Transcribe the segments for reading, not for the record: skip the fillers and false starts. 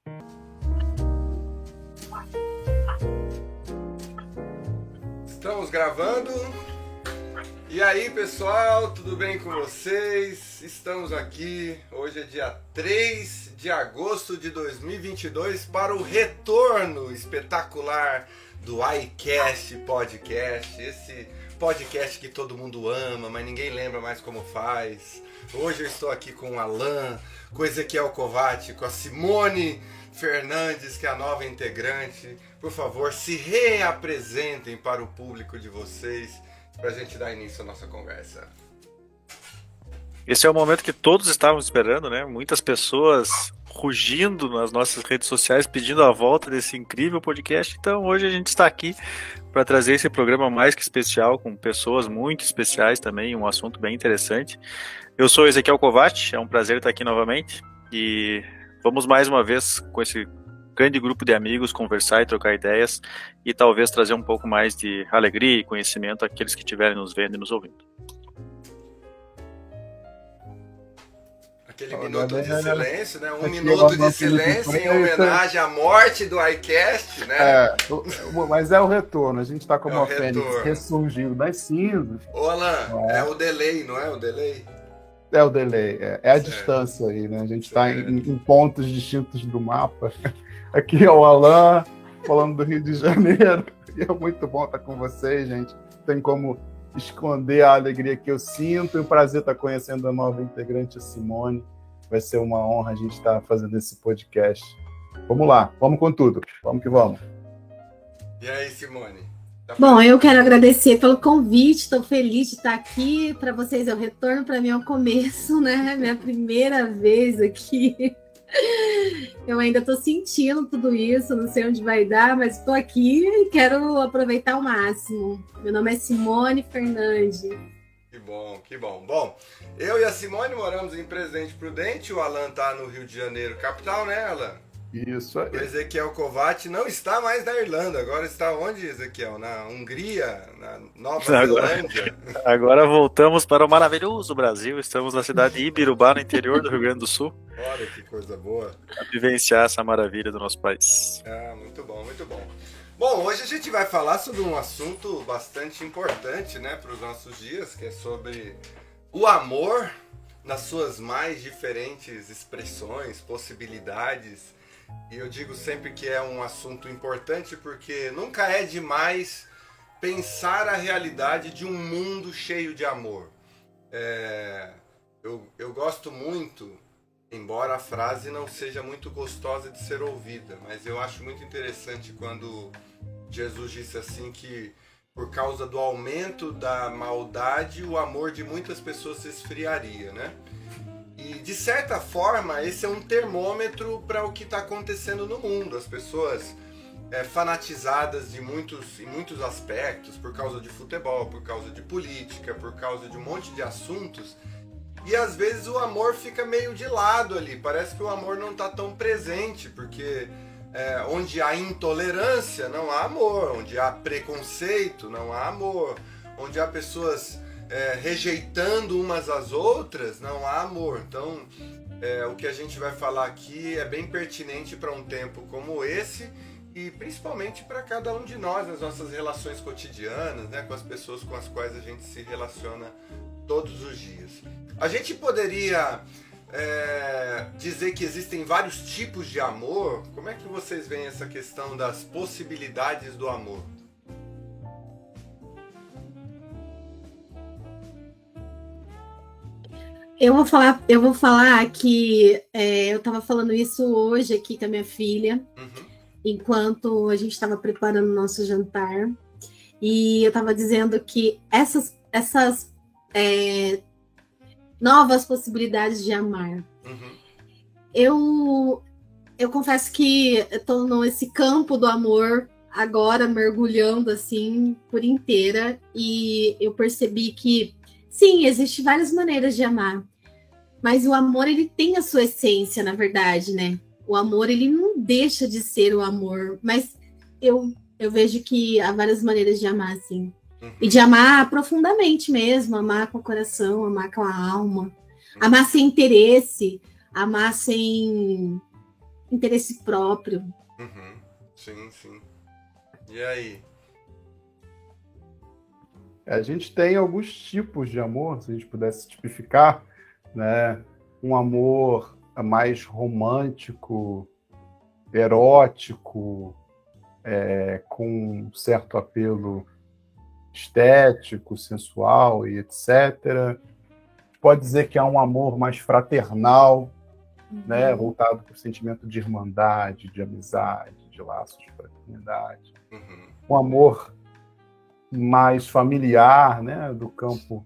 Estamos gravando. E aí, pessoal, tudo bem com vocês? Estamos aqui, hoje é dia 3 de agosto de 2022 para o retorno espetacular do iCast Podcast, esse podcast que todo mundo ama, mas ninguém lembra mais como faz. Hoje eu estou aqui com o Alan, com o Ezequiel Kovács, com a Simone Fernandes, que é a nova integrante. Por favor, se reapresentem para o público de vocês, para a gente dar início à nossa conversa. Esse é o momento que todos estavam esperando, né? Muitas pessoas rugindo nas nossas redes sociais, pedindo a volta desse incrível podcast. Então, hoje a gente está aqui para trazer esse programa mais que especial, com pessoas muito especiais também, um assunto bem interessante. Eu sou Ezequiel Kovács, é um prazer estar aqui novamente. E vamos mais uma vez com esse grande grupo de amigos conversar e trocar ideias e talvez trazer um pouco mais de alegria e conhecimento àqueles que estiverem nos vendo e nos ouvindo. Aquele minuto de silêncio, né? Um minuto de silêncio em homenagem à morte do iCast, né? Mas é o retorno. A gente está como a Fênix ressurgindo das cinzas. Ô, Alan, é o delay, não é o delay? É o delay, é a distância aí, né? A gente está em pontos distintos do mapa. Aqui é o Alan, falando do Rio de Janeiro. E é muito bom estar com vocês, gente. Tem como esconder a alegria que eu sinto. E o prazer estar conhecendo a nova integrante, a Simone. Vai ser uma honra a gente estar fazendo esse podcast. Vamos lá, vamos com tudo. Vamos que vamos. E aí, Simone? Bom, eu quero agradecer pelo convite. Estou feliz de estar aqui. Para vocês é o retorno, para mim é o começo, né? Minha primeira vez aqui. Eu ainda estou sentindo tudo isso, não sei onde vai dar, mas estou aqui e quero aproveitar ao máximo. Meu nome é Simone Fernandes. Que bom, que bom. Bom, eu e a Simone moramos em Presidente Prudente, o Alan está no Rio de Janeiro, capital, né, Alan? Isso aí. O Ezequiel Kovács não está mais na Irlanda, agora está onde, Ezequiel? Na Hungria, na Nova Zelândia? Agora voltamos para o maravilhoso Brasil, estamos na cidade de Ibirubá, no interior do Rio Grande do Sul. Olha que coisa boa. Para vivenciar essa maravilha do nosso país. Ah, muito bom, muito bom. Bom, hoje a gente vai falar sobre um assunto bastante importante, né, para os nossos dias, que é sobre o amor nas suas mais diferentes expressões, possibilidades. E eu digo sempre que é um assunto importante porque nunca é demais pensar a realidade de um mundo cheio de amor. Eu gosto muito, embora a frase não seja muito gostosa de ser ouvida, mas eu acho muito interessante quando Jesus disse assim que por causa do aumento da maldade, o amor de muitas pessoas se esfriaria, né? E de certa forma, esse é um termômetro para o que está acontecendo no mundo. As pessoas fanatizadas em muitos aspectos, por causa de futebol, por causa de política, por causa de um monte de assuntos. E às vezes o amor fica meio de lado ali. Parece que o amor não está tão presente, porque onde há intolerância não há amor, onde há preconceito não há amor, onde há pessoas rejeitando umas às outras, não há amor. Então, o que a gente vai falar aqui é bem pertinente para um tempo como esse e principalmente para cada um de nós, nas nossas relações cotidianas, né, com as pessoas com as quais a gente se relaciona todos os dias. A gente poderia dizer que existem vários tipos de amor. Como é que vocês veem essa questão das possibilidades do amor? Eu vou falar que eu estava falando isso hoje aqui com a minha filha, enquanto a gente estava preparando o nosso jantar, e eu estava dizendo que essas novas possibilidades de amar. Eu confesso que estou nesse campo do amor agora, mergulhando assim por inteira, e eu percebi que sim, existem várias maneiras de amar, mas o amor, ele tem a sua essência, na verdade, né? O amor, ele não deixa de ser o amor, mas eu vejo que há várias maneiras de amar, assim. E de amar profundamente mesmo, amar com o coração, amar com a alma, amar sem interesse, amar sem interesse próprio. Uhum. Sim, sim. E aí? A gente tem alguns tipos de amor, se a gente pudesse tipificar, né? Um amor mais romântico, erótico, com um certo apelo estético, sensual e etc. Pode dizer que há um amor mais fraternal, né? Voltado para o sentimento de irmandade, de amizade, de laços de fraternidade. Uhum. Um amor mais familiar, né? Do campo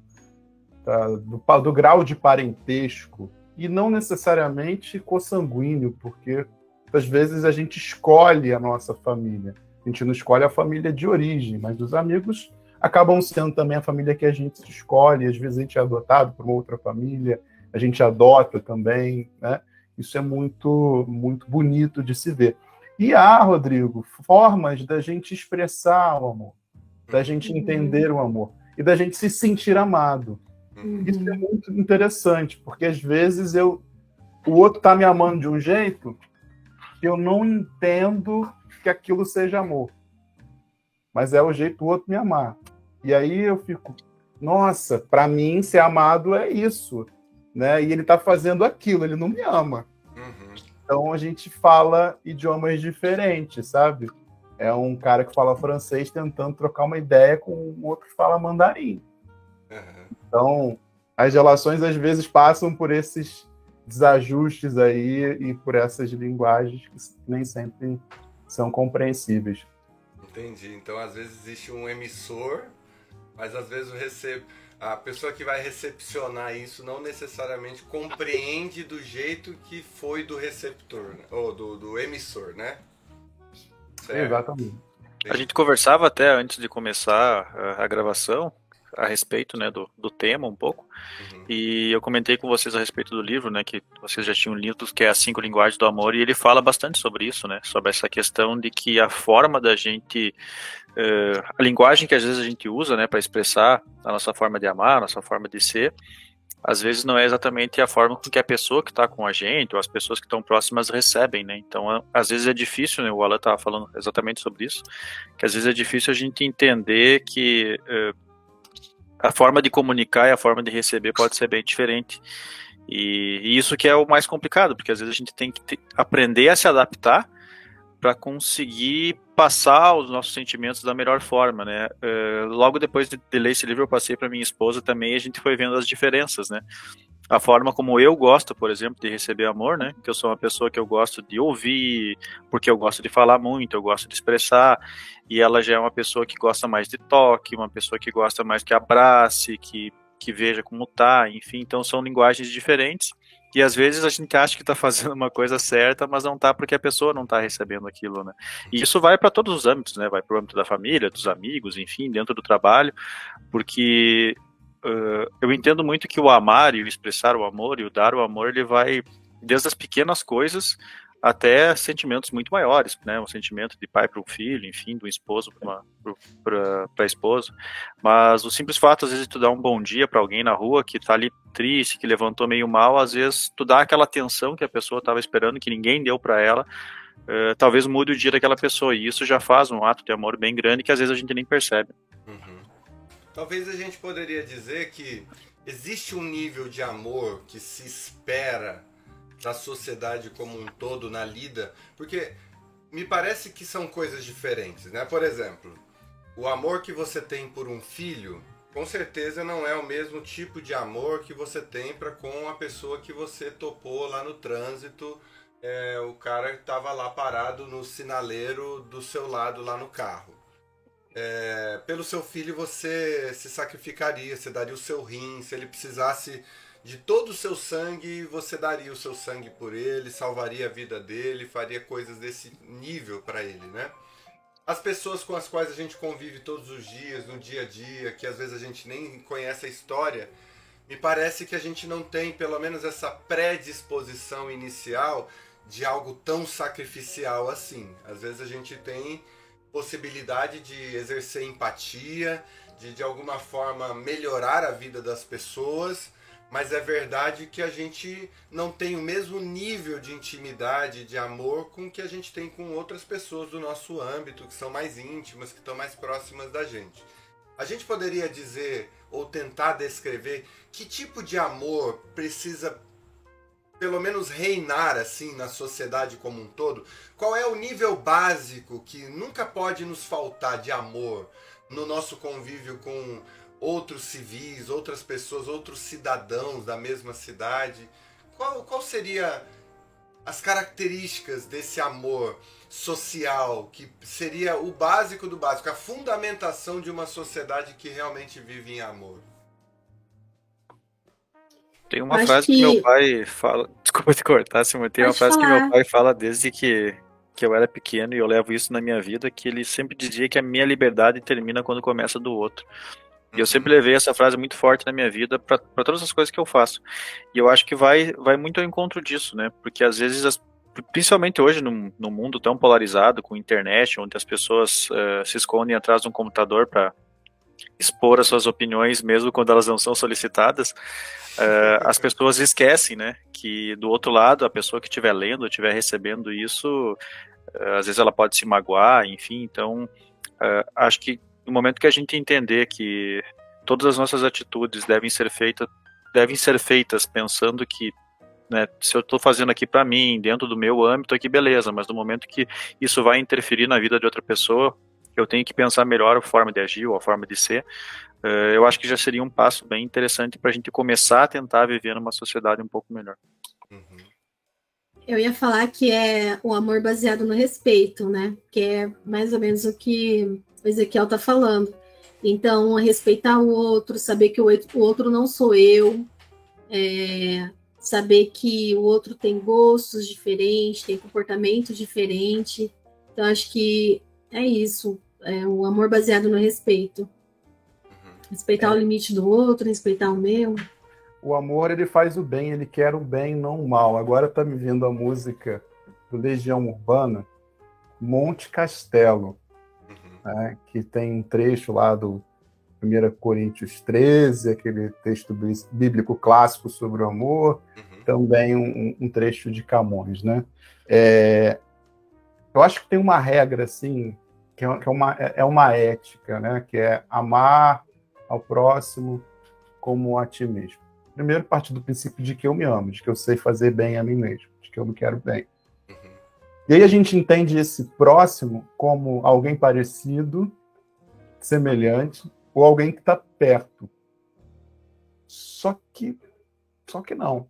do grau de parentesco, e não necessariamente consanguíneo, porque às vezes a gente escolhe a nossa família. A gente não escolhe a família de origem, mas os amigos acabam sendo também a família que a gente escolhe. Às vezes a gente é adotado por uma outra família, a gente adota também, né? Isso é muito, muito bonito de se ver. E há, Rodrigo, formas da gente expressar o amor, da gente entender o amor e da gente se sentir amado. Isso é muito interessante, porque às vezes o outro está me amando de um jeito que eu não entendo que aquilo seja amor. Mas é o jeito do outro me amar. E aí eu fico, nossa, para mim ser amado é isso, né? E ele está fazendo aquilo, ele não me ama. Uhum. Então a gente fala idiomas diferentes, sabe? É um cara que fala francês tentando trocar uma ideia com um outro que fala mandarim. Uhum. Então, as relações às vezes passam por esses desajustes aí e por essas linguagens que nem sempre são compreensíveis. Entendi. Então, às vezes existe um emissor, mas às vezes a pessoa que vai recepcionar isso não necessariamente compreende do jeito que foi do receptor, né? Ou do emissor, né? Certo. Exatamente. A gente conversava até antes de começar a gravação a respeito, né, do tema um pouco, e eu comentei com vocês a respeito do livro, né, que vocês já tinham lido, que é As 5 Linguagens do Amor, e ele fala bastante sobre isso, né, sobre essa questão de que a forma da gente, a linguagem que às vezes a gente usa, né, para expressar a nossa forma de amar, a nossa forma de ser, às vezes não é exatamente a forma com que a pessoa que está com a gente, ou as pessoas que estão próximas recebem, né, então às vezes é difícil, né, o Alan estava falando exatamente sobre isso, que às vezes é difícil a gente entender que a forma de comunicar e a forma de receber pode ser bem diferente. E isso que é o mais complicado, porque às vezes a gente tem que aprender a se adaptar para conseguir passar os nossos sentimentos da melhor forma, né? Logo depois de ler esse livro, eu passei para minha esposa também, e a gente foi vendo as diferenças, né? A forma como eu gosto, por exemplo, de receber amor, né? Que eu sou uma pessoa que eu gosto de ouvir, porque eu gosto de falar muito, eu gosto de expressar, e ela já é uma pessoa que gosta mais de toque, uma pessoa que gosta mais que abrace, que veja como tá, enfim, então são linguagens diferentes, e às vezes a gente acha que está fazendo uma coisa certa, mas não tá porque a pessoa não está recebendo aquilo, né? E isso vai para todos os âmbitos, né? Vai para o âmbito da família, dos amigos, enfim, dentro do trabalho, porque eu entendo muito que o amar e o expressar o amor e o dar o amor, ele vai desde as pequenas coisas até sentimentos muito maiores, né? Um sentimento de pai para o filho, enfim, do esposo para a esposa. Mas o simples fato, às vezes, de tu dar um bom dia para alguém na rua que tá ali triste, que levantou meio mal, às vezes tu dá aquela atenção que a pessoa estava esperando, que ninguém deu para ela, talvez mude o dia daquela pessoa, e isso já faz um ato de amor bem grande que às vezes a gente nem percebe. Talvez a gente poderia dizer que existe um nível de amor que se espera da sociedade como um todo na lida, porque me parece que são coisas diferentes, né? Por exemplo, o amor que você tem por um filho, com certeza não é o mesmo tipo de amor que você tem para com a pessoa que você topou lá no trânsito, o cara que estava lá parado no sinaleiro do seu lado lá no carro. Pelo seu filho você se sacrificaria, você daria o seu rim, se ele precisasse de todo o seu sangue, você daria o seu sangue por ele, salvaria a vida dele, faria coisas desse nível para ele, né? As pessoas com as quais a gente convive todos os dias, no dia a dia, que às vezes a gente nem conhece a história, me parece que a gente não tem pelo menos essa predisposição inicial de algo tão sacrificial assim. Às vezes a gente tem possibilidade de exercer empatia, de alguma forma melhorar a vida das pessoas, mas é verdade que a gente não tem o mesmo nível de intimidade, de amor com que a gente tem com outras pessoas do nosso âmbito, que são mais íntimas, que estão mais próximas da gente. A gente poderia dizer, ou tentar descrever, que tipo de amor precisa pelo menos reinar assim na sociedade como um todo? Qual é o nível básico que nunca pode nos faltar de amor no nosso convívio com outros civis, outras pessoas, outros cidadãos da mesma cidade? Qual seria as características desse amor social, que seria o básico do básico, a fundamentação de uma sociedade que realmente vive em amor? Tem uma frase que meu pai fala. Desculpa te cortar, Simone. Tem uma frase que meu pai fala desde que eu era pequeno, e eu levo isso na minha vida, que ele sempre dizia que a minha liberdade termina quando começa do outro. E eu sempre levei essa frase muito forte na minha vida para todas as coisas que eu faço. E eu acho que vai muito ao encontro disso, né? Porque às vezes, principalmente hoje, no mundo tão polarizado, com internet, onde as pessoas se escondem atrás de um computador para expor as suas opiniões, mesmo quando elas não são solicitadas, as pessoas esquecem, né, que do outro lado, a pessoa que estiver lendo, estiver recebendo isso, às vezes ela pode se magoar, enfim. Então, acho que no momento que a gente entender que todas as nossas atitudes devem ser feitas pensando que, né, se eu estou fazendo aqui para mim, dentro do meu âmbito aqui, beleza, mas no momento que isso vai interferir na vida de outra pessoa, eu tenho que pensar melhor a forma de agir ou a forma de ser. Eu acho que já seria um passo bem interessante para a gente começar a tentar viver numa sociedade um pouco melhor. Eu ia falar que é o amor baseado no respeito, né? Que é mais ou menos o que o Ezequiel está falando. Então, respeitar o outro, saber que o outro não sou eu, saber que o outro tem gostos diferentes, tem comportamento diferente. Então, acho que é isso, é o amor baseado no respeito. Respeitar o limite do outro, respeitar o meu. O amor, ele faz o bem, ele quer o bem, não o mal. Agora tá me vindo a música do Legião Urbana, Monte Castelo, né, que tem um trecho lá do 1 Coríntios 13, aquele texto bíblico clássico sobre o amor, também um trecho de Camões, né? Eu acho que tem uma regra, assim, que é uma ética, né? Que é amar ao próximo como a ti mesmo. Primeiro, parte do princípio de que eu me amo, de que eu sei fazer bem a mim mesmo, de que eu me quero bem. E aí a gente entende esse próximo como alguém parecido, semelhante, ou alguém que está perto. Só que não.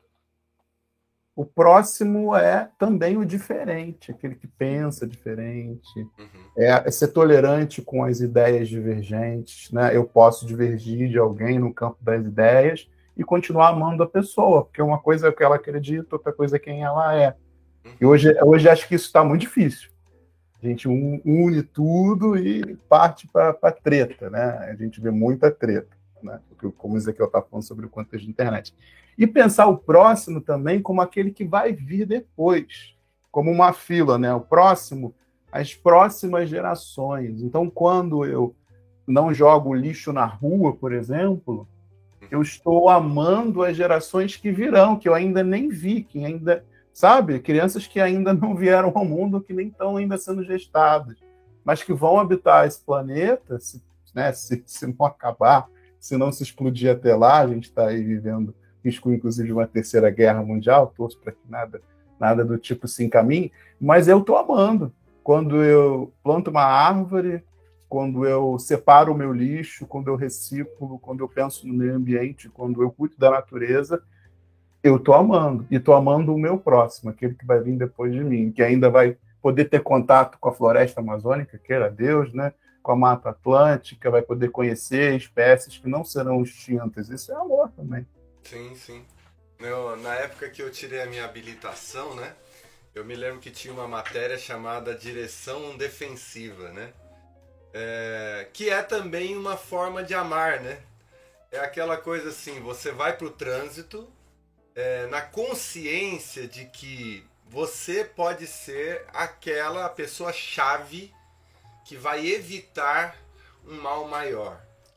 O próximo é também o diferente, aquele que pensa diferente, é ser tolerante com as ideias divergentes, né? Eu posso divergir de alguém no campo das ideias e continuar amando a pessoa, porque uma coisa é o que ela acredita, outra coisa é quem ela é. E hoje acho que isso está muito difícil. A gente une tudo e parte para treta, né? A gente vê muita treta, né? Como o Ezequiel está falando sobre o contexto da internet. E pensar o próximo também como aquele que vai vir depois, como uma fila, né? O próximo, as próximas gerações. Então, quando eu não jogo lixo na rua, por exemplo, eu estou amando as gerações que virão, que eu ainda nem vi, que ainda, sabe? Crianças que ainda não vieram ao mundo, que nem estão ainda sendo gestadas, mas que vão habitar esse planeta, se não acabar, se não se explodir até lá. A gente está aí vivendo risco, inclusive, de uma terceira guerra mundial, torço para que nada do tipo se encaminhe, mas eu estou amando. Quando eu planto uma árvore, quando eu separo o meu lixo, quando eu reciclo, quando eu penso no meio ambiente, quando eu cuido da natureza, eu estou amando. E estou amando o meu próximo, aquele que vai vir depois de mim, que ainda vai poder ter contato com a floresta amazônica, queira Deus, né? Com a Mata Atlântica, vai poder conhecer espécies que não serão extintas. Isso é amor também. Sim, sim. Na época que eu tirei a minha habilitação, né? Eu me lembro que tinha uma matéria chamada Direção Defensiva, né? Que é também uma forma de amar, né? É aquela coisa assim, você vai pro trânsito na consciência de que você pode ser aquela pessoa-chave que vai evitar um mal maior.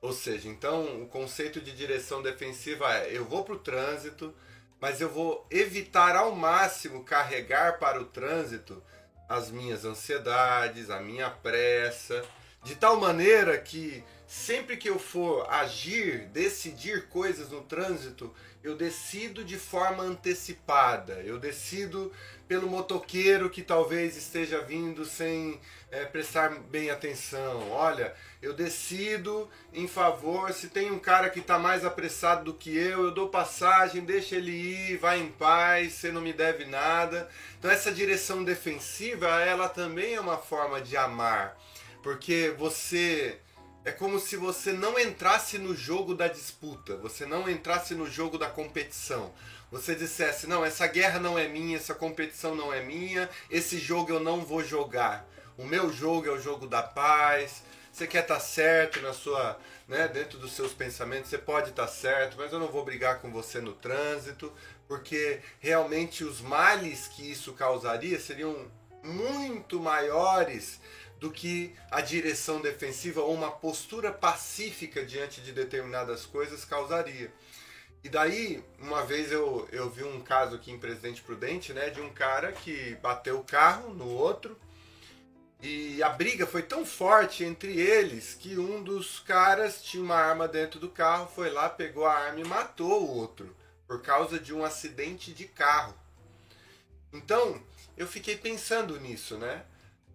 Ou seja, então o conceito de direção defensiva é: eu vou para o trânsito, mas eu vou evitar ao máximo carregar para o trânsito as minhas ansiedades, a minha pressa, de tal maneira que sempre que eu for agir, decidir coisas no trânsito, eu decido de forma antecipada, eu decido pelo motoqueiro que talvez esteja vindo sem prestar bem atenção. Olha, eu decido em favor, se tem um cara que está mais apressado do que eu dou passagem, deixa ele ir, vai em paz, você não me deve nada. Então essa direção defensiva, ela também é uma forma de amar, porque você... É como se você não entrasse no jogo da disputa, você não entrasse no jogo da competição. Você dissesse: não, essa guerra não é minha, essa competição não é minha, esse jogo eu não vou jogar. O meu jogo é o jogo da paz. Você quer estar certo na sua, né, dentro dos seus pensamentos, você pode estar certo, mas eu não vou brigar com você no trânsito, porque realmente os males que isso causaria seriam muito maiores do que a direção defensiva ou uma postura pacífica diante de determinadas coisas causaria. E daí, uma vez eu vi um caso aqui em Presidente Prudente, né, de um cara que bateu o carro no outro, e a briga foi tão forte entre eles que um dos caras tinha uma arma dentro do carro, foi lá, pegou a arma e matou o outro, por causa de um acidente de carro. Então, eu fiquei pensando nisso, né?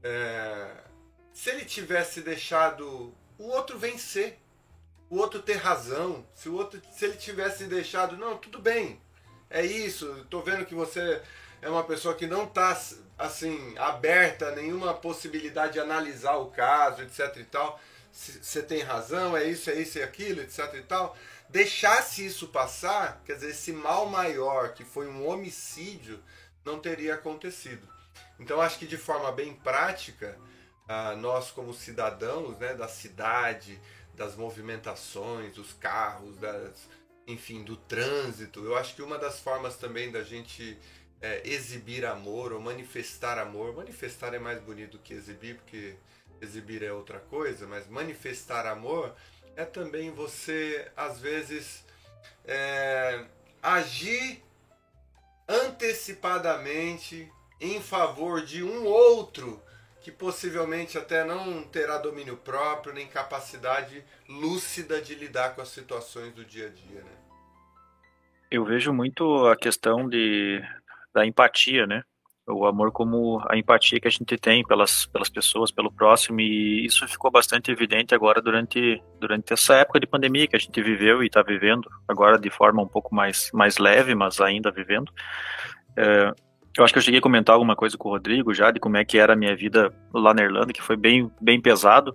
Se ele tivesse deixado o outro vencer, o outro ter razão, se ele tivesse deixado, não, tudo bem, é isso, tô vendo que você é uma pessoa que não está assim, aberta a nenhuma possibilidade de analisar o caso, etc e tal, você tem razão, é isso e aquilo, etc e tal, deixasse isso passar, quer dizer, esse mal maior, que foi um homicídio, não teria acontecido. Então acho que de forma bem prática, nós como cidadãos, né, da cidade, das movimentações, dos carros, enfim, do trânsito, eu acho que uma das formas também da gente exibir amor ou manifestar é mais bonito do que exibir, porque exibir é outra coisa, mas manifestar amor é também você, às vezes, agir antecipadamente em favor de um outro que possivelmente até não terá domínio próprio, nem capacidade lúcida de lidar com as situações do dia a dia, né? Eu vejo muito a questão da empatia, né? O amor como a empatia que a gente tem pelas pessoas, pelo próximo, e isso ficou bastante evidente agora durante essa época de pandemia que a gente viveu e está vivendo, agora de forma um pouco mais leve, mas ainda vivendo. Eu acho que eu cheguei a comentar alguma coisa com o Rodrigo já, de como é que era a minha vida lá na Irlanda, que foi bem pesado,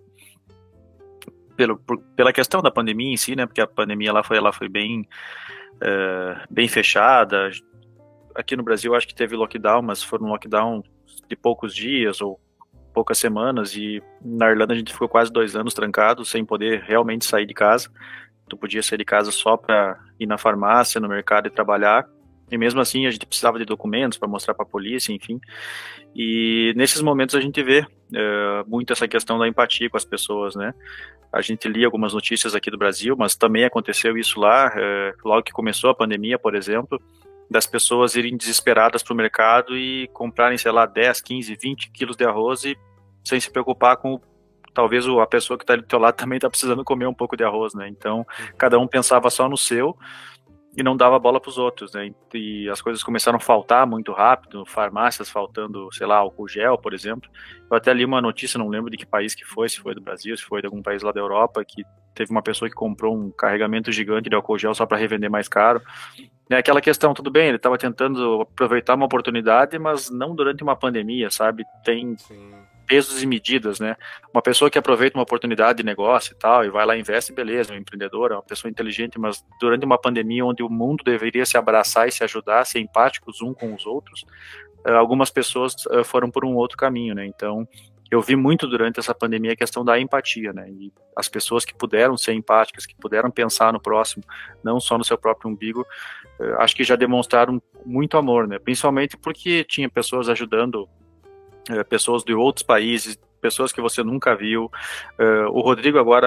pela questão da pandemia em si, né? Porque a pandemia lá foi bem fechada. Aqui no Brasil acho que teve lockdown, mas foram lockdown de poucos dias ou poucas semanas, e na Irlanda a gente ficou quase 2 anos trancado, sem poder realmente sair de casa. Tu podia sair de casa só para ir na farmácia, no mercado e trabalhar, e mesmo assim a gente precisava de documentos para mostrar para a polícia, enfim. E nesses momentos a gente vê muito essa questão da empatia com as pessoas, né? A gente lia algumas notícias aqui do Brasil, mas também aconteceu isso lá, logo que começou a pandemia, por exemplo, das pessoas irem desesperadas para o mercado e comprarem, sei lá, 10, 15, 20 quilos de arroz e sem se preocupar com talvez a pessoa que está do teu lado também está precisando comer um pouco de arroz, né? Então, cada um pensava só no seu e não dava bola para os outros, né? E as coisas começaram a faltar muito rápido, farmácias faltando, sei lá, álcool gel, por exemplo. Eu até li uma notícia, não lembro de que país que foi, se foi do Brasil, se foi de algum país lá da Europa, que teve uma pessoa que comprou um carregamento gigante de álcool gel só para revender mais caro. É aquela questão, tudo bem, ele estava tentando aproveitar uma oportunidade, mas não durante uma pandemia, sabe? Tem pesos e medidas, né? Uma pessoa que aproveita uma oportunidade de negócio e tal, e vai lá e investe, beleza, um empreendedor, é uma pessoa inteligente, mas durante uma pandemia onde o mundo deveria se abraçar e se ajudar, ser empáticos uns com os outros, algumas pessoas foram por um outro caminho, né? Então, eu vi muito durante essa pandemia a questão da empatia, né? E as pessoas que puderam ser empáticas, que puderam pensar no próximo, não só no seu próprio umbigo, acho que já demonstraram muito amor, né? Principalmente porque tinha pessoas ajudando pessoas de outros países, pessoas que você nunca viu. O Rodrigo agora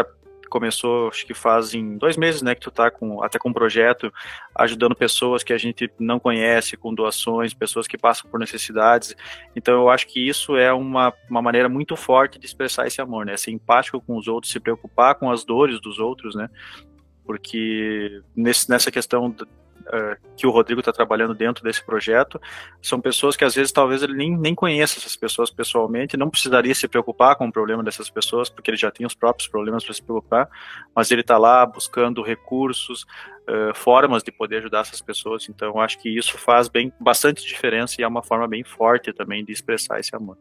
começou, acho que fazem 2 meses, né, que tu tá até com um projeto, ajudando pessoas que a gente não conhece, com doações, pessoas que passam por necessidades. Então eu acho que isso é uma maneira muito forte de expressar esse amor, né, ser empático com os outros, se preocupar com as dores dos outros, né, porque nessa questão que o Rodrigo está trabalhando dentro desse projeto, são pessoas que às vezes talvez ele nem conheça essas pessoas pessoalmente, não precisaria se preocupar com o problema dessas pessoas, porque ele já tem os próprios problemas para se preocupar, mas ele está lá buscando recursos, formas de poder ajudar essas pessoas. Então eu acho que isso faz bastante diferença e é uma forma bem forte também de expressar esse amor.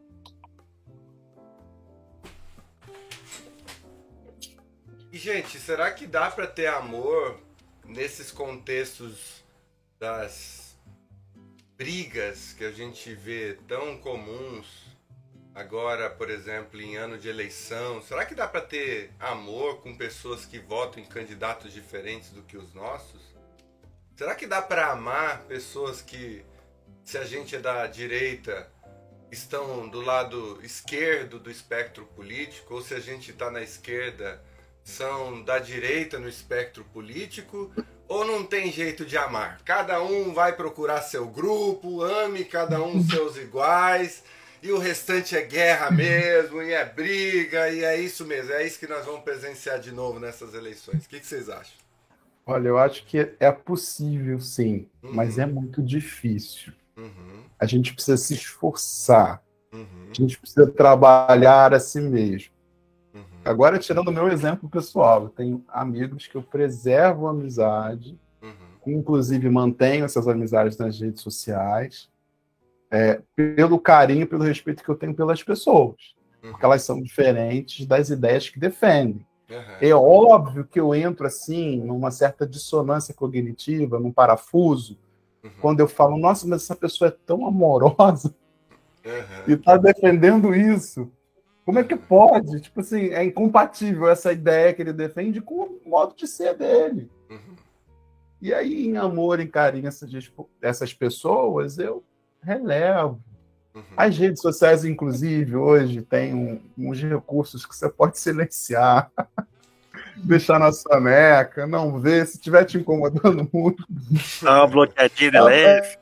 E, gente, será que dá para ter amor nesses contextos das brigas que a gente vê tão comuns agora, por exemplo, em ano de eleição? Será que dá para ter amor com pessoas que votam em candidatos diferentes do que os nossos? Será que dá para amar pessoas que, se a gente é da direita, estão do lado esquerdo do espectro político, ou se a gente está na esquerda, são da direita no espectro político, ou não tem jeito de amar? Cada um vai procurar seu grupo, ame cada um seus iguais, e o restante é guerra mesmo, e é briga, e é isso mesmo. É isso que nós vamos presenciar de novo nessas eleições. O que vocês acham? Olha, eu acho que é possível, sim, mas é muito difícil. A gente precisa se esforçar, a gente precisa trabalhar a si mesmo. Agora, tirando o meu exemplo pessoal, eu tenho amigos que eu preservo a amizade, inclusive mantenho essas amizades nas redes sociais, pelo carinho, pelo respeito que eu tenho pelas pessoas, porque elas são diferentes das ideias que defendem. É óbvio que eu entro assim, numa certa dissonância cognitiva, num parafuso, quando eu falo, nossa, mas essa pessoa é tão amorosa e está defendendo isso. Como é que pode? Tipo assim, é incompatível essa ideia que ele defende com o modo de ser dele. E aí, em amor, em carinho essas pessoas, eu relevo. As redes sociais, inclusive, hoje tem uns recursos que você pode silenciar, deixar na soneca, não ver, se estiver te incomodando muito. Dá uma bloqueadinha de leve.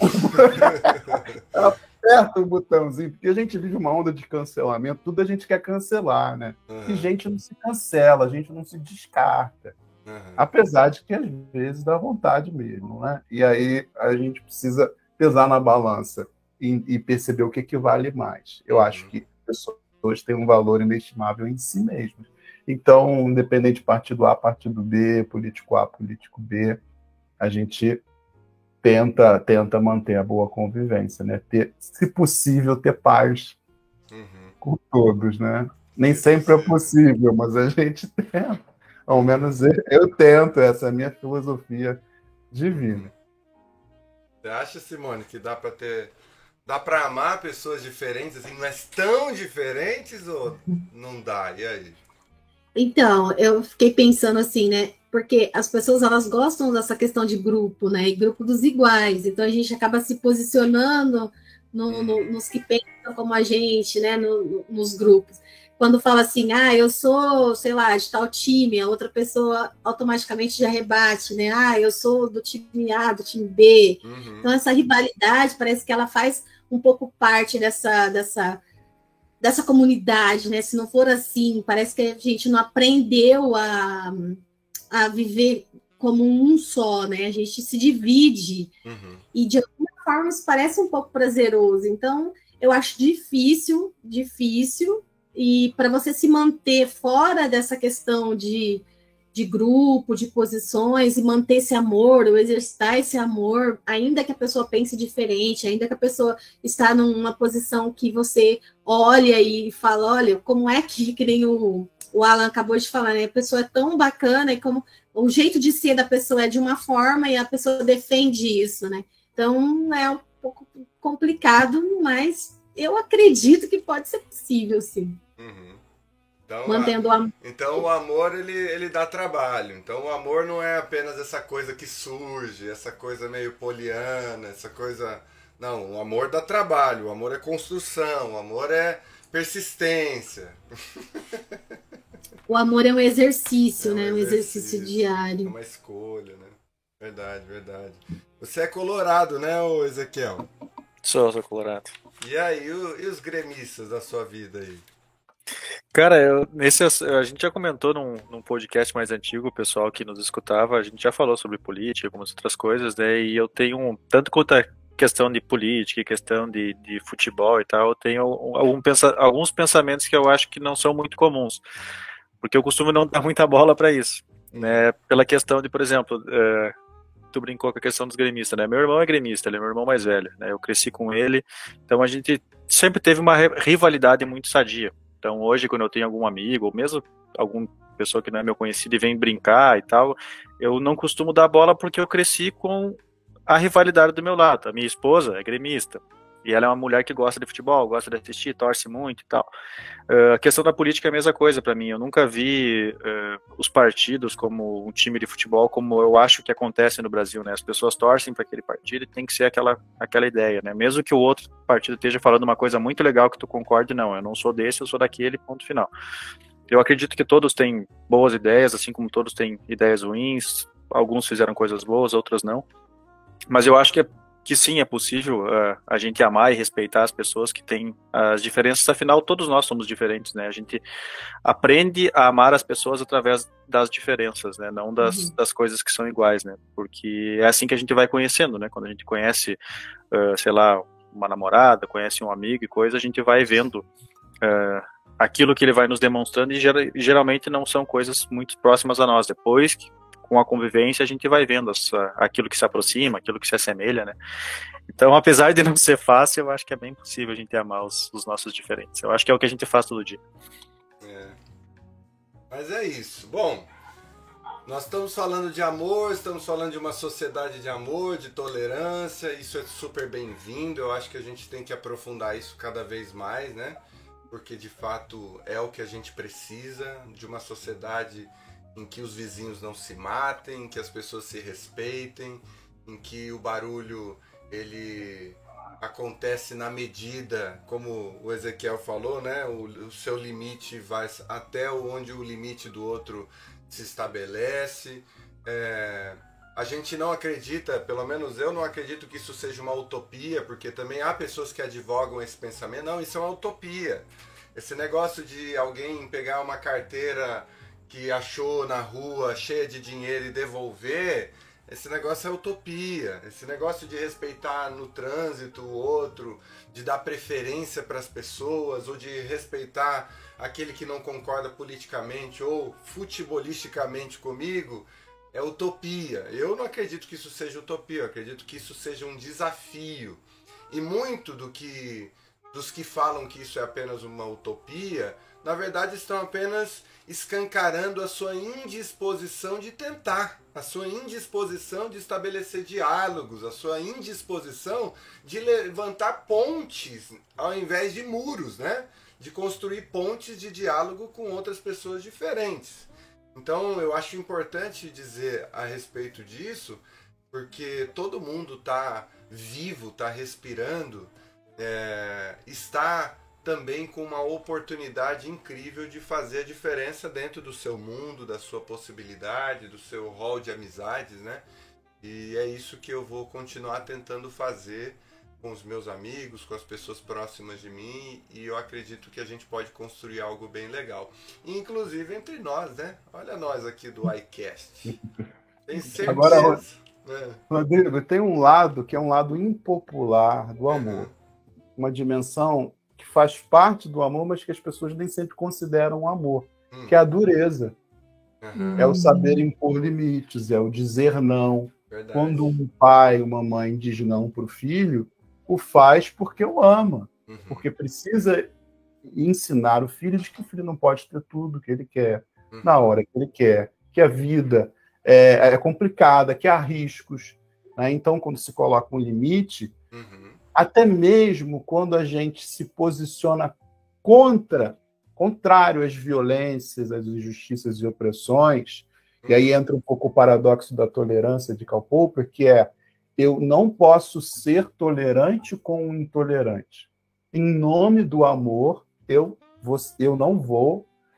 Aperta o botãozinho, porque a gente vive uma onda de cancelamento, tudo a gente quer cancelar, né? E gente não se cancela, a gente não se descarta. Apesar de que às vezes dá vontade mesmo, né? E aí a gente precisa pesar na balança e perceber o que vale mais. Eu acho que pessoas têm um valor inestimável em si mesmas. Então, independente de partido A, partido B, político A, político B, a gente tenta manter a boa convivência, né? Se possível, ter paz com todos, né? Nem sempre é possível, mas a gente tenta. Ao menos eu tento, essa é a minha filosofia de vida. Você acha, Simone, que dá para amar pessoas diferentes, assim, mas tão diferentes, ou não dá? E aí? Então, eu fiquei pensando assim, né? Porque as pessoas, elas gostam dessa questão de grupo, né? E grupo dos iguais. Então, a gente acaba se posicionando nos que pensam como a gente, né? Nos grupos. Quando fala assim, eu sou, sei lá, de tal time, a outra pessoa automaticamente já rebate, né? Eu sou do time A, do time B. Então, essa rivalidade parece que ela faz um pouco parte dessa comunidade, né? Se não for assim, parece que a gente não aprendeu a viver como um só, né? A gente se divide e de alguma forma isso parece um pouco prazeroso. Então, eu acho difícil, e para você se manter fora dessa questão de grupo, de posições, e manter esse amor, ou exercitar esse amor, ainda que a pessoa pense diferente, ainda que a pessoa está numa posição que você olha e fala, olha, como é que nem o Alan acabou de falar, né? A pessoa é tão bacana, e como o jeito de ser da pessoa é de uma forma, e a pessoa defende isso, né? Então, é um pouco complicado, mas eu acredito que pode ser possível, sim. Então, mantendo o amor. Então o amor ele dá trabalho. Então o amor não é apenas essa coisa que surge, essa coisa meio poliana, essa coisa. Não, o amor dá trabalho, o amor é construção, o amor é persistência. o amor é um exercício, né? Um exercício É diário. uma escolha, né? Verdade, verdade. Você é colorado, né, ô Ezequiel? Sou colorado. E aí, e os gremistas da sua vida aí? Cara, a gente já comentou num podcast mais antigo, o pessoal que nos escutava, a gente já falou sobre política, algumas outras coisas, né? E eu tenho, tanto quanto a questão de política e questão de futebol e tal, eu tenho alguns pensamentos que eu acho que não são muito comuns, porque eu costumo não dar muita bola para isso, né? Pela questão de, por exemplo, tu brincou com a questão dos gremistas, né? Meu irmão é gremista, ele é meu irmão mais velho, né? Eu cresci com ele, então a gente sempre teve uma rivalidade muito sadia. Então hoje, quando eu tenho algum amigo, ou mesmo alguma pessoa que não é meu conhecido e vem brincar e tal, eu não costumo dar bola porque eu cresci com a rivalidade do meu lado. A minha esposa é gremista, e ela é uma mulher que gosta de futebol, gosta de assistir, torce muito e tal. A questão da política é a mesma coisa para mim. Eu nunca vi os partidos como um time de futebol, como eu acho que acontece no Brasil, né? As pessoas torcem para aquele partido e tem que ser aquela ideia, né? Mesmo que o outro partido esteja falando uma coisa muito legal que tu concorde, não. Eu não sou desse, eu sou daquele, ponto final. Eu acredito que todos têm boas ideias, assim como todos têm ideias ruins. Alguns fizeram coisas boas, outras não. Mas eu acho que sim, é possível a gente amar e respeitar as pessoas que têm as diferenças, afinal todos nós somos diferentes, né? A gente aprende a amar as pessoas através das diferenças, né? Não das coisas que são iguais, né? Porque é assim que a gente vai conhecendo, né? Quando a gente conhece, sei lá, uma namorada, conhece um amigo e coisa, a gente vai vendo aquilo que ele vai nos demonstrando e geralmente não são coisas muito próximas a nós. Depois com a convivência, a gente vai vendo aquilo que se aproxima, aquilo que se assemelha, né? Então, apesar de não ser fácil, eu acho que é bem possível a gente amar os nossos diferentes. Eu acho que é o que a gente faz todo dia. Mas é isso. Bom, nós estamos falando de amor, estamos falando de uma sociedade de amor, de tolerância, isso é super bem-vindo, eu acho que a gente tem que aprofundar isso cada vez mais, né? Porque, de fato, é o que a gente precisa, de uma sociedade em que os vizinhos não se matem, em que as pessoas se respeitem, em que o barulho ele acontece na medida, como o Ezequiel falou, né? O seu limite vai até onde o limite do outro se estabelece. A gente não acredita, pelo menos eu não acredito que isso seja uma utopia, porque também há pessoas que advogam esse pensamento. Não, isso é uma utopia. Esse negócio de alguém pegar uma carteira que achou na rua cheia de dinheiro e devolver, esse negócio é utopia. Esse negócio de respeitar no trânsito o outro, de dar preferência para as pessoas, ou de respeitar aquele que não concorda politicamente ou futebolisticamente comigo, é utopia. Eu não acredito que isso seja utopia, eu acredito que isso seja um desafio. E muito dos que falam que isso é apenas uma utopia, na verdade estão apenas escancarando a sua indisposição de tentar, a sua indisposição de estabelecer diálogos, a sua indisposição de levantar pontes ao invés de muros, né? De construir pontes de diálogo com outras pessoas diferentes. Então eu acho importante dizer a respeito disso, porque todo mundo está vivo, está respirando, está também com uma oportunidade incrível de fazer a diferença dentro do seu mundo, da sua possibilidade, do seu hall de amizades, né? E é isso que eu vou continuar tentando fazer com os meus amigos, com as pessoas próximas de mim, e eu acredito que a gente pode construir algo bem legal. Inclusive entre nós, né? Olha nós aqui do iCast. Tem certeza. Agora, Rodrigo, tem um lado que é um lado impopular do amor. Uma dimensão que faz parte do amor, mas que as pessoas nem sempre consideram amor, que é a dureza. É o saber impor limites, é o dizer não. Verdade. Quando um pai, uma mãe diz não para o filho, o faz porque o ama, porque precisa ensinar o filho de que o filho não pode ter tudo que ele quer, na hora que ele quer, que a vida é complicada, que há riscos, né? Então, quando se coloca um limite, até mesmo quando a gente se posiciona contrário às violências, às injustiças e opressões, e aí entra um pouco o paradoxo da tolerância de Karl Popper, que é: eu não posso ser tolerante com o intolerante. Em nome do amor, eu não vou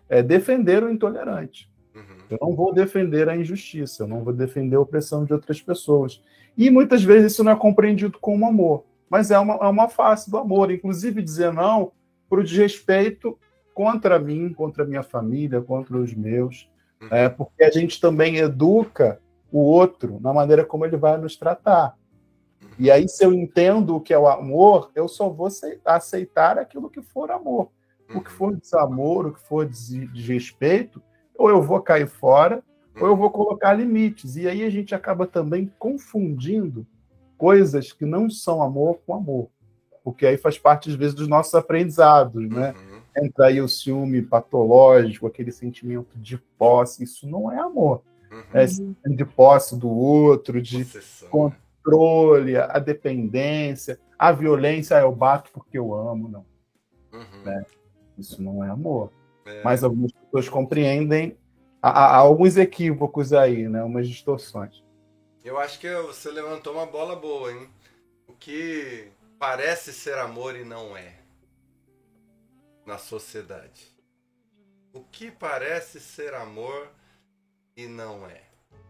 defender o intolerante. Uhum. Eu não vou defender a injustiça, eu não vou defender a opressão de outras pessoas. E muitas vezes isso não é compreendido como amor, mas é uma face do amor. Inclusive dizer não para o desrespeito contra mim, contra a minha família, contra os meus. Porque a gente também educa o outro na maneira como ele vai nos tratar. E aí, se eu entendo o que é o amor, eu só vou aceitar aquilo que for amor. O que for desamor, o que for desrespeito, ou eu vou cair fora, ou eu vou colocar limites. E aí a gente acaba também confundindo coisas que não são amor com amor. Porque aí faz parte, às vezes, dos nossos aprendizados, né? Entra aí o ciúme patológico, aquele sentimento de posse. Isso não é amor. É de posse do outro, de controle, a dependência, a violência. Eu bato porque eu amo, não. Né? Isso não é amor. Mas algumas pessoas compreendem. Há alguns equívocos aí, né? Umas distorções. Eu acho que você levantou uma bola boa, hein? O que parece ser amor e não é na sociedade. O que parece ser amor e não é.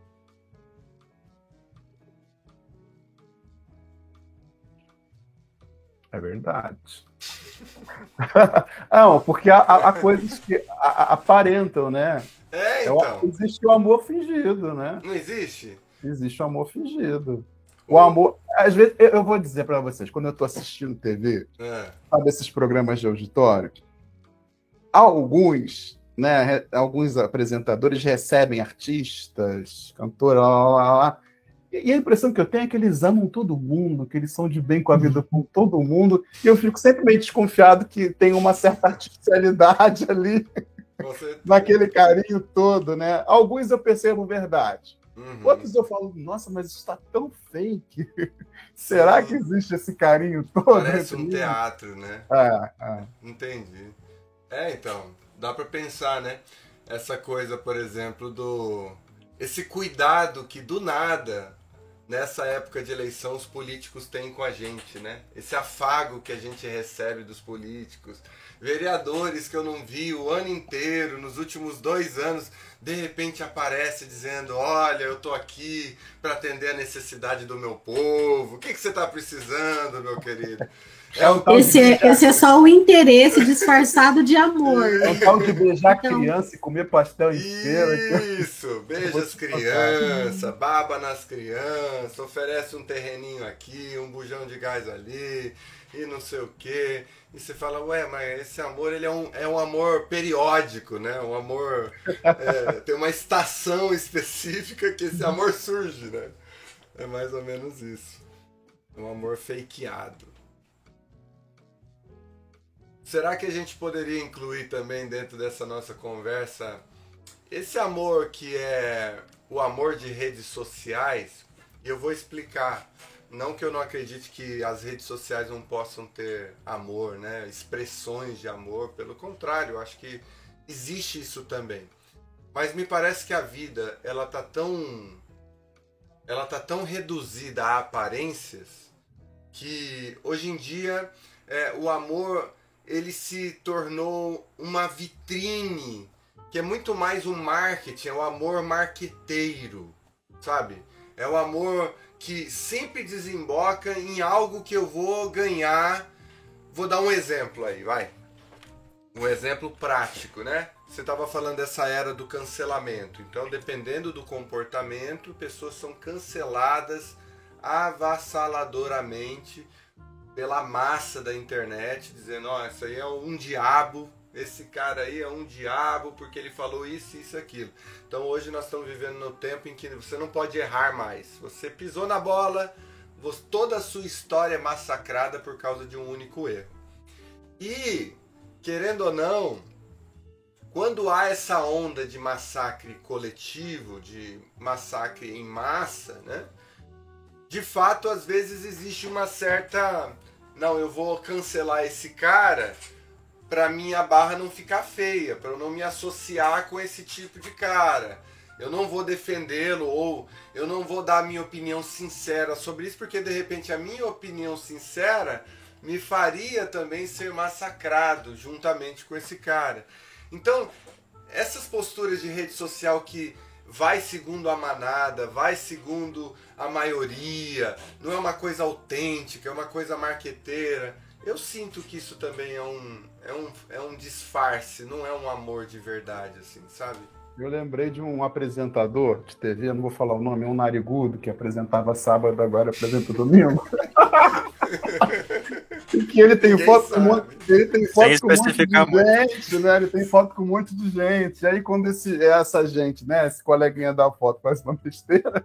É verdade. Não, porque há coisas que aparentam, né? Então. Existe o amor fingido, né? Não existe? Existe o amor fingido. O amor... Às vezes, eu vou dizer para vocês, quando eu estou assistindo TV, sabe esses programas de auditório? Alguns, né, alguns apresentadores recebem artistas, cantores, lá. E a impressão que eu tenho é que eles amam todo mundo, que eles são de bem com a vida com todo mundo. E eu fico sempre meio desconfiado que tem uma certa artificialidade ali, naquele carinho todo, né? Alguns eu percebo verdade. Outros eu falo, nossa, mas isso está tão fake. Será que existe esse carinho todo? Parece um teatro, né? Entendi. Então, dá para pensar, né? Essa coisa, por exemplo, esse cuidado que do nada, nessa época de eleição, os políticos têm com a gente, né? Esse afago que a gente recebe dos políticos. Vereadores que eu não vi o ano inteiro, nos últimos 2 anos, de repente aparece dizendo, olha, eu tô aqui para atender a necessidade do meu povo. O que você tá precisando, meu querido? Esse é só o interesse disfarçado de amor. É o tal de beijar criança e comer pastel inteiro. Isso, beija as crianças, baba nas crianças, oferece um terreninho aqui, um bujão de gás ali, e não sei o quê. E você fala, ué, mas esse amor ele é um amor periódico, né? Um amor... tem uma estação específica que esse amor surge, né? É mais ou menos isso. Um amor fakeado. Será que a gente poderia incluir também dentro dessa nossa conversa esse amor que é o amor de redes sociais? E eu vou explicar. Não que eu não acredite que as redes sociais não possam ter amor, né? Expressões de amor. Pelo contrário, eu acho que existe isso também. Mas me parece que a vida, ela tá tão reduzida a aparências que hoje em dia o amor ele se tornou uma vitrine, que é muito mais um marketing, é o amor marqueteiro, sabe? É o amor que sempre desemboca em algo que eu vou ganhar. Vou dar um exemplo aí, vai. Um exemplo prático, né? Você estava falando dessa era do cancelamento. Então, dependendo do comportamento, pessoas são canceladas avassaladoramente pela massa da internet, dizendo, ó, isso aí é um diabo, esse cara aí é um diabo porque ele falou isso, isso, aquilo. Então hoje nós estamos vivendo no tempo em que você não pode errar mais. Você pisou na bola, toda a sua história é massacrada por causa de um único erro. E, querendo ou não, quando há essa onda de massacre coletivo, de massacre em massa, né? De fato, às vezes existe uma certa... Não, eu vou cancelar esse cara para minha barra não ficar feia, para eu não me associar com esse tipo de cara. Eu não vou defendê-lo ou eu não vou dar a minha opinião sincera sobre isso, porque de repente a minha opinião sincera me faria também ser massacrado juntamente com esse cara. Então, essas posturas de rede social que vai segundo a manada, vai segundo a maioria, não é uma coisa autêntica, é uma coisa marqueteira. Eu sinto que isso também é um disfarce, não é um amor de verdade, assim, sabe? Eu lembrei de um apresentador de TV, não vou falar o nome, é um narigudo que apresentava sábado, agora apresenta domingo. E que ele tem foto com um monte de gente, né? Ele tem foto com um monte de gente. E aí, quando essa gente, né? Esse coleguinha da foto faz uma besteira.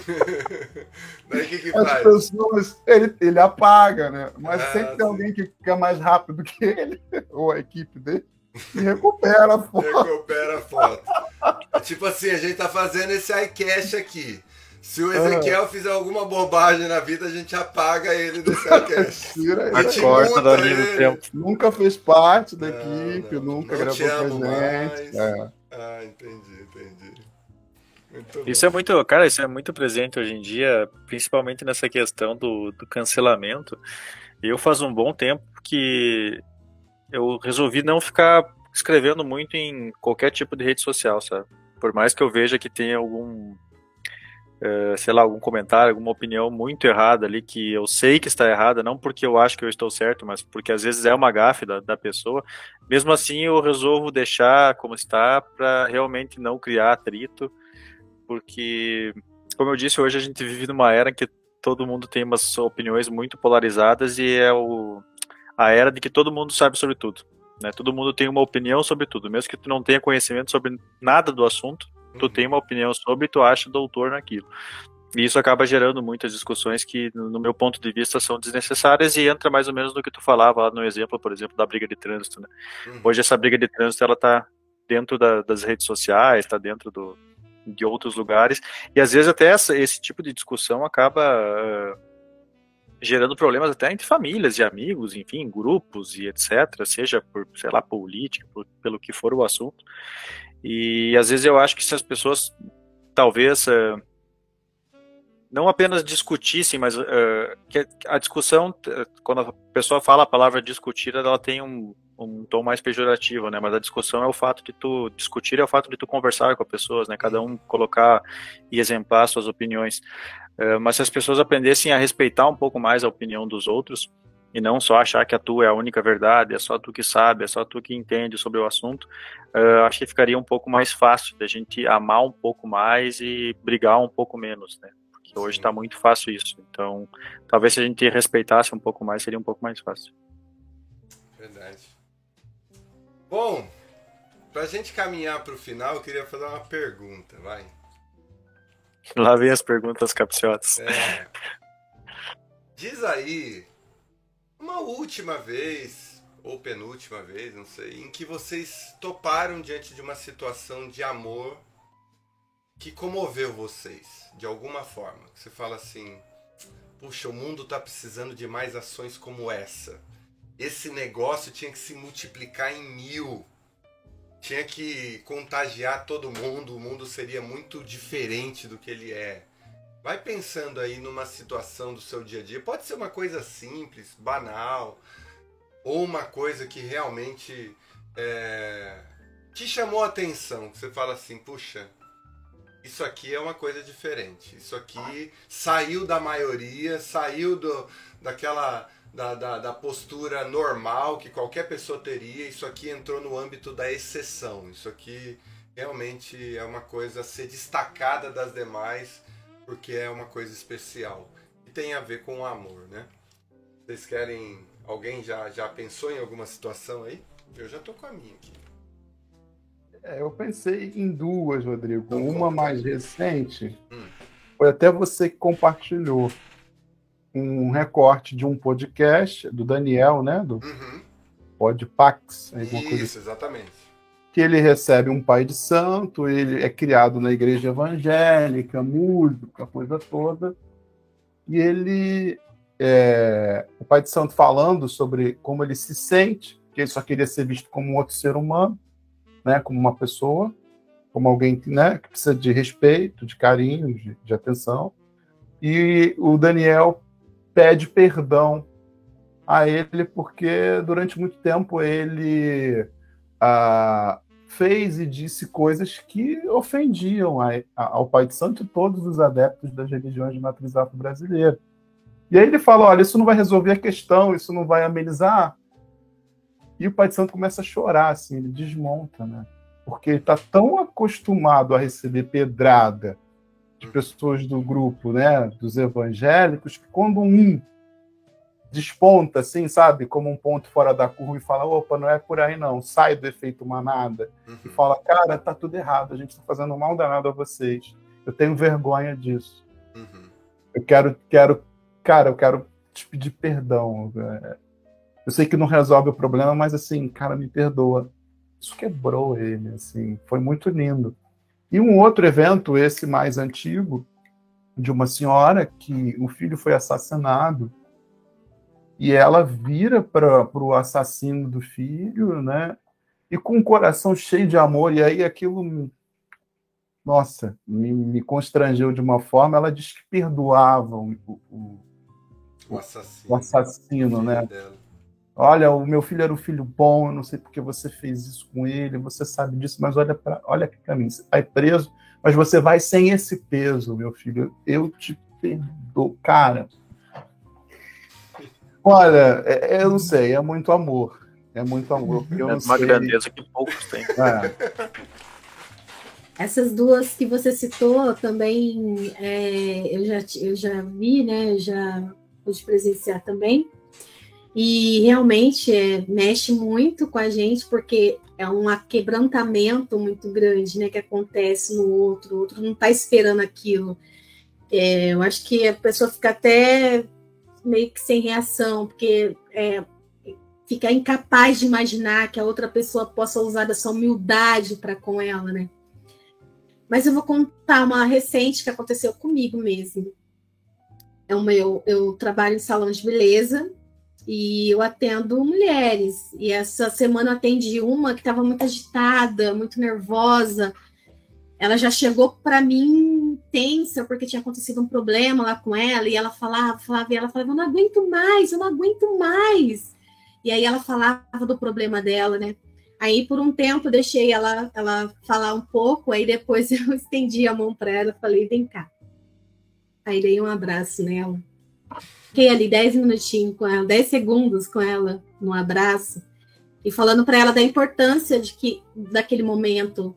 Daí que as faz? Pessoas, ele apaga, né? Mas sempre tem alguém que fica mais rápido que ele, ou a equipe dele, e recupera a foto. Recupera a foto. É tipo assim, a gente tá fazendo esse iCash aqui. Se o Ezequiel fizer alguma bobagem na vida, a gente apaga ele desse iCash. Corta da linha do tempo. Nunca fez parte da equipe, nunca gravou com a gente. Entendi. Isso é muito, cara, isso é muito presente hoje em dia, principalmente nessa questão do cancelamento. Eu faz um bom tempo que eu resolvi não ficar escrevendo muito em qualquer tipo de rede social, sabe? Por mais que eu veja que tenha algum algum comentário, alguma opinião muito errada ali, que eu sei que está errada, não porque eu acho que eu estou certo, mas porque às vezes é uma gafe da pessoa. Mesmo assim, eu resolvo deixar como está para realmente não criar atrito, porque, como eu disse, hoje a gente vive numa era em que todo mundo tem umas opiniões muito polarizadas e é a era de que todo mundo sabe sobre tudo, né? Todo mundo tem uma opinião sobre tudo, mesmo que tu não tenha conhecimento sobre nada do assunto, tu tem uma opinião sobre e tu acha doutor naquilo. E isso acaba gerando muitas discussões que, no meu ponto de vista, são desnecessárias e entra mais ou menos no que tu falava lá no exemplo, por exemplo, da briga de trânsito, né? Hoje essa briga de trânsito, ela tá dentro das redes sociais, tá dentro de outros lugares, e às vezes até esse tipo de discussão acaba gerando problemas até entre famílias e amigos, enfim, grupos e etc., seja por, sei lá, política, pelo que for o assunto. E às vezes eu acho que se as pessoas talvez não apenas discutissem, mas que a discussão, quando a pessoa fala a palavra discutir, ela tem um tom mais pejorativo, né? Mas a discussão é o fato de tu discutir, é o fato de tu conversar com as pessoas, né? Cada um colocar e exemplar suas opiniões. Mas se as pessoas aprendessem a respeitar um pouco mais a opinião dos outros e não só achar que a tua é a única verdade, é só tu que sabe, é só tu que entende sobre o assunto, acho que ficaria um pouco mais fácil da gente amar um pouco mais e brigar um pouco menos, né? Porque hoje está muito fácil isso. Então, talvez se a gente respeitasse um pouco mais, seria um pouco mais fácil. Verdade. Bom, pra gente caminhar pro final, eu queria fazer uma pergunta, vai. Lá vem as perguntas capciosas. Diz aí, uma última vez, ou penúltima vez, não sei, em que vocês toparam diante de uma situação de amor que comoveu vocês, de alguma forma. Você fala assim, puxa, o mundo tá precisando de mais ações como essa. Esse negócio tinha que se multiplicar em 1000. Tinha que contagiar todo mundo, o mundo seria muito diferente do que ele é. Vai pensando aí numa situação do seu dia a dia. Pode ser uma coisa simples, banal, ou uma coisa que realmente te chamou a atenção. Que você fala assim, puxa, isso aqui é uma coisa diferente. Isso aqui saiu da maioria, saiu daquela... Da postura normal que qualquer pessoa teria. Isso aqui entrou no âmbito da exceção. Isso aqui realmente é uma coisa a ser destacada das demais, porque é uma coisa especial. E tem a ver com o amor, né? Vocês querem... Alguém já pensou em alguma situação aí? Eu já tô com a minha aqui. Eu pensei em duas, Rodrigo. Então, uma mais recente, foi até você que compartilhou um recorte de um podcast do Daniel, né? Do Podpax. Isso, exatamente. Que ele recebe um pai de santo, ele é criado na igreja evangélica, músico, a coisa toda. E ele, o pai de santo falando sobre como ele se sente, que ele só queria ser visto como um outro ser humano, né? Como uma pessoa, como alguém, né, que precisa de respeito, de carinho, de atenção. E o Daniel pede perdão a ele porque durante muito tempo ele fez e disse coisas que ofendiam ao Pai de Santo e todos os adeptos das religiões de matriz afro-brasileira. E aí ele fala, olha, isso não vai resolver a questão, isso não vai amenizar. E o Pai de Santo começa a chorar, assim, ele desmonta, né? Porque ele está tão acostumado a receber pedrada de pessoas do grupo, né, dos evangélicos, que quando um desponta, assim, sabe, como um ponto fora da curva e fala, opa, não é por aí não, sai do efeito manada, e fala, cara, tá tudo errado, a gente está fazendo mal danado a vocês, eu tenho vergonha disso. Eu quero te pedir perdão. Eu sei que não resolve o problema, mas assim, cara, me perdoa. Isso quebrou ele, assim, foi muito lindo. E um outro evento, esse mais antigo, de uma senhora que o filho foi assassinado e ela vira para o assassino do filho, né? E com o coração cheio de amor, e aí aquilo, nossa, me constrangeu de uma forma. Ela diz que perdoava o assassino, né? Dela. Olha, o meu filho era um filho bom, eu não sei porque você fez isso com ele, você sabe disso, mas olha aqui para mim, você vai preso, mas você vai sem esse peso, meu filho, eu te perdoo, cara. Olha, eu não sei, é muito amor, eu não uma sei. grandeza que poucos têm. Essas duas que você citou também, eu já vi, né, eu já pude presenciar também. E realmente mexe muito com a gente, porque é um aquebrantamento muito grande, né, que acontece no outro. O outro não está esperando aquilo. Eu acho que a pessoa fica até meio que sem reação, porque fica incapaz de imaginar que a outra pessoa possa usar dessa humildade para com ela, né? Mas eu vou contar uma recente que aconteceu comigo mesmo. Eu trabalho em salão de beleza, e eu atendo mulheres. E essa semana eu atendi uma que estava muito agitada, muito nervosa. Ela já chegou para mim tensa, porque tinha acontecido um problema lá com ela, e ela falava, eu não aguento mais. E aí ela falava do problema dela, né? Aí, por um tempo, eu deixei ela falar um pouco, aí depois eu estendi a mão para ela e falei, vem cá. Aí dei um abraço nela. Fiquei ali 10 minutinhos com ela, 10 segundos com ela no abraço, e falando para ela da importância daquele momento,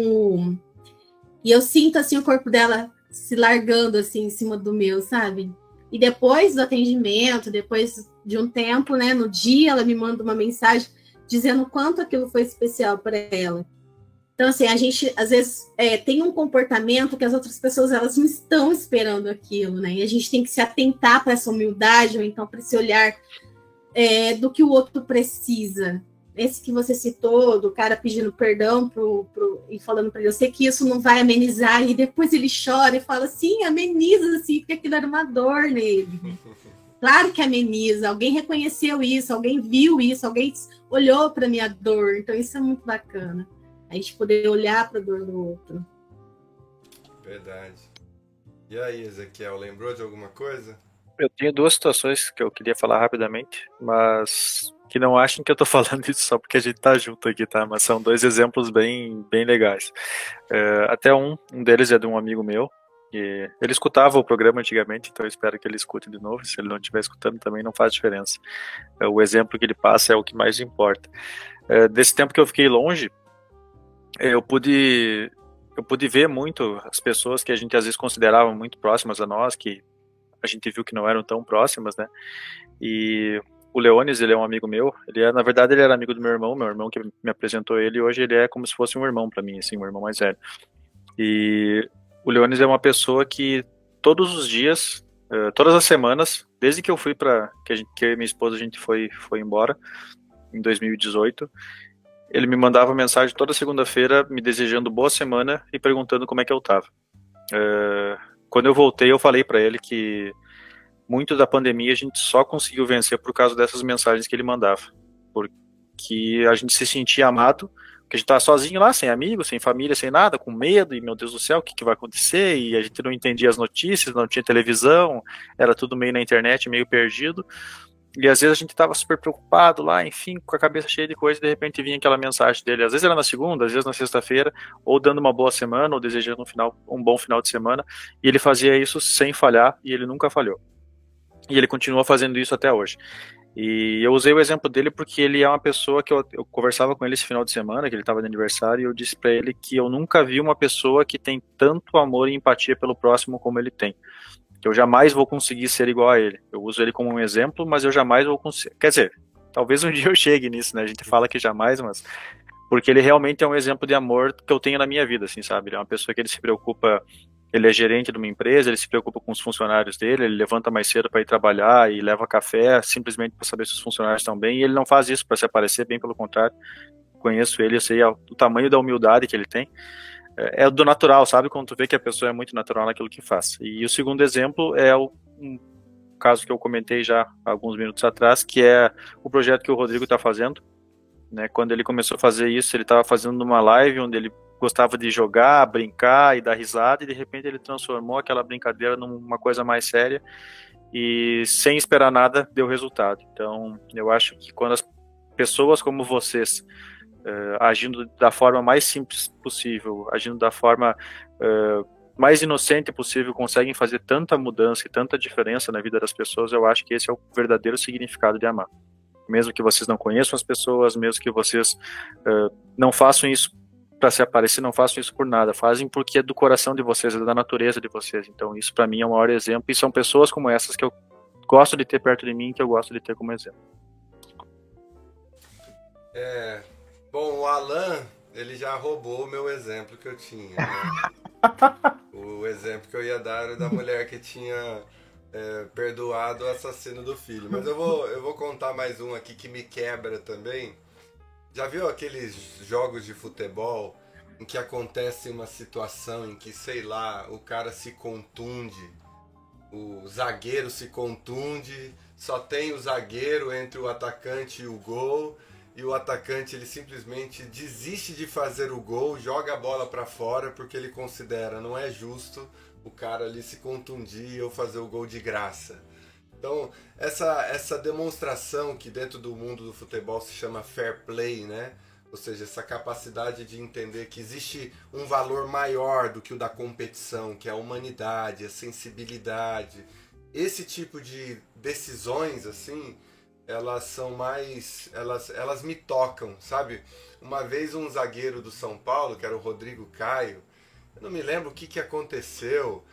e eu sinto assim o corpo dela se largando assim em cima do meu, sabe? E depois do atendimento, depois de um tempo, né, no dia ela me manda uma mensagem dizendo o quanto aquilo foi especial para ela. Então, assim, a gente, às vezes, tem um comportamento que as outras pessoas, elas não estão esperando aquilo, né? E a gente tem que se atentar para essa humildade, ou então para esse olhar do que o outro precisa. Esse que você citou, do cara pedindo perdão e falando para ele, eu sei que isso não vai amenizar, e depois ele chora e fala, sim, ameniza, assim, porque aquilo era uma dor nele. Claro que ameniza, alguém reconheceu isso, alguém viu isso, alguém olhou para minha dor, então isso é muito bacana. A gente poder olhar para a dor do outro. Verdade. E aí, Ezequiel, lembrou de alguma coisa? Eu tenho duas situações que eu queria falar rapidamente, mas que não achem que eu tô falando isso só porque a gente tá junto aqui, tá? Mas são dois exemplos bem, bem legais. Até um deles é de um amigo meu, e ele escutava o programa antigamente, então eu espero que ele escute de novo. Se ele não estiver escutando, também não faz diferença. O exemplo que ele passa é o que mais importa. Desse tempo que eu fiquei longe, eu pude ver muito as pessoas que a gente às vezes considerava muito próximas a nós, que a gente viu que não eram tão próximas, né? E o Leones, ele é um amigo meu. Na verdade, ele era amigo do meu irmão que me apresentou ele, e hoje ele é como se fosse um irmão para mim, assim, um irmão mais velho. E o Leones é uma pessoa que todos os dias, todas as semanas, desde que eu fui que eu e minha esposa a gente foi embora em 2018, ele me mandava mensagem toda segunda-feira me desejando boa semana e perguntando como é que eu tava. Quando eu voltei, eu falei para ele que muito da pandemia a gente só conseguiu vencer por causa dessas mensagens que ele mandava, porque a gente se sentia amado, porque a gente estava sozinho lá, sem amigos, sem família, sem nada, com medo, e meu Deus do céu, o que vai acontecer? E a gente não entendia as notícias, não tinha televisão, era tudo meio na internet, meio perdido. E às vezes a gente tava super preocupado lá, enfim, com a cabeça cheia de coisa, e de repente vinha aquela mensagem dele. Às vezes era na segunda, às vezes na sexta-feira, ou dando uma boa semana, ou desejando um bom final de semana. E ele fazia isso sem falhar, e ele nunca falhou. E ele continua fazendo isso até hoje. E eu usei o exemplo dele porque ele é uma pessoa que eu conversava com ele esse final de semana, que ele estava de aniversário, e eu disse para ele que eu nunca vi uma pessoa que tem tanto amor e empatia pelo próximo como ele tem. Que eu jamais vou conseguir ser igual a ele. Eu uso ele como um exemplo, mas eu jamais vou conseguir. Quer dizer, talvez um dia eu chegue nisso, né? A gente fala que jamais, mas porque ele realmente é um exemplo de amor que eu tenho na minha vida, assim, sabe? Ele é uma pessoa que ele se preocupa. Ele é gerente de uma empresa, ele se preocupa com os funcionários dele, ele levanta mais cedo para ir trabalhar e leva café simplesmente para saber se os funcionários estão bem, e ele não faz isso para se aparecer, bem pelo contrário. Conheço ele, eu sei o tamanho da humildade que ele tem. É do natural, sabe? Quando tu vê que a pessoa é muito natural naquilo que faz. E o segundo exemplo é um caso que eu comentei já há alguns minutos atrás, que é o projeto que o Rodrigo está fazendo. Né? Quando ele começou a fazer isso, ele estava fazendo uma live onde ele gostava de jogar, brincar e dar risada, e de repente ele transformou aquela brincadeira numa coisa mais séria e sem esperar nada deu resultado. Então eu acho que quando as pessoas como vocês agindo da forma mais simples possível, agindo da forma mais inocente possível, conseguem fazer tanta mudança e tanta diferença na vida das pessoas, eu acho que esse é o verdadeiro significado de amar. Mesmo que vocês não conheçam as pessoas, mesmo que vocês não façam isso para se aparecer, não façam isso por nada, fazem porque é do coração de vocês, é da natureza de vocês. Então isso para mim é o maior exemplo, e são pessoas como essas que eu gosto de ter perto de mim, que eu gosto de ter como exemplo. Bom, o Alan, ele já roubou o meu exemplo que eu tinha, né? O exemplo que eu ia dar era da mulher que tinha perdoado o assassino do filho. Mas eu vou contar mais um aqui que me quebra também. Já viu aqueles jogos de futebol em que acontece uma situação em que, sei lá, o cara se contunde, o zagueiro se contunde, só tem o zagueiro entre o atacante e o gol, e o atacante ele simplesmente desiste de fazer o gol, joga a bola para fora porque ele considera não é justo o cara ali se contundir ou fazer o gol de graça. Então, essa demonstração que dentro do mundo do futebol se chama fair play, né? Ou seja, essa capacidade de entender que existe um valor maior do que o da competição, que é a humanidade, a sensibilidade. Esse tipo de decisões, assim, elas são mais... Elas me tocam, sabe? Uma vez um zagueiro do São Paulo, que era o Rodrigo Caio, eu não me lembro o que aconteceu,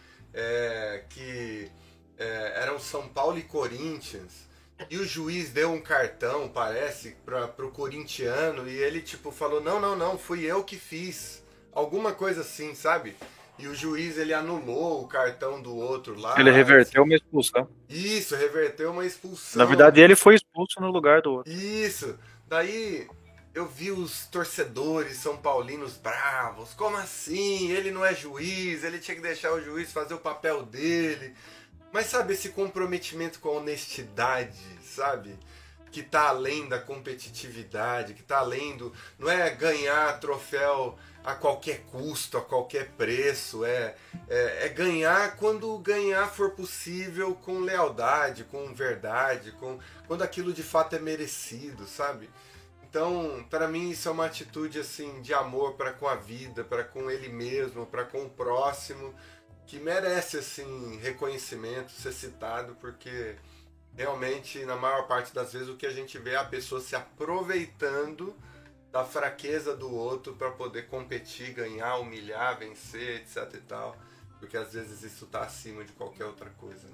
eram São Paulo e Corinthians, e o juiz deu um cartão, parece, pro corintiano, e ele tipo falou, não, fui eu que fiz, alguma coisa assim, sabe? E o juiz ele anulou o cartão do outro lá. Ele reverteu uma expulsão. Isso, reverteu uma expulsão. Na verdade ele foi expulso no lugar do outro. Isso, daí eu vi os torcedores são paulinos bravos, como assim? Ele não é juiz, ele tinha que deixar o juiz fazer o papel dele. Mas sabe, esse comprometimento com a honestidade, sabe? Que tá além da competitividade, que tá além do... Não é ganhar troféu a qualquer custo, a qualquer preço. É ganhar quando ganhar for possível, com lealdade, com verdade, quando aquilo de fato é merecido, sabe? Então, para mim, isso é uma atitude assim, de amor para com a vida, para com ele mesmo, para com o próximo, que merece assim reconhecimento, ser citado, porque realmente na maior parte das vezes o que a gente vê é a pessoa se aproveitando da fraqueza do outro para poder competir, ganhar, humilhar, vencer, etc e tal, porque às vezes isso está acima de qualquer outra coisa,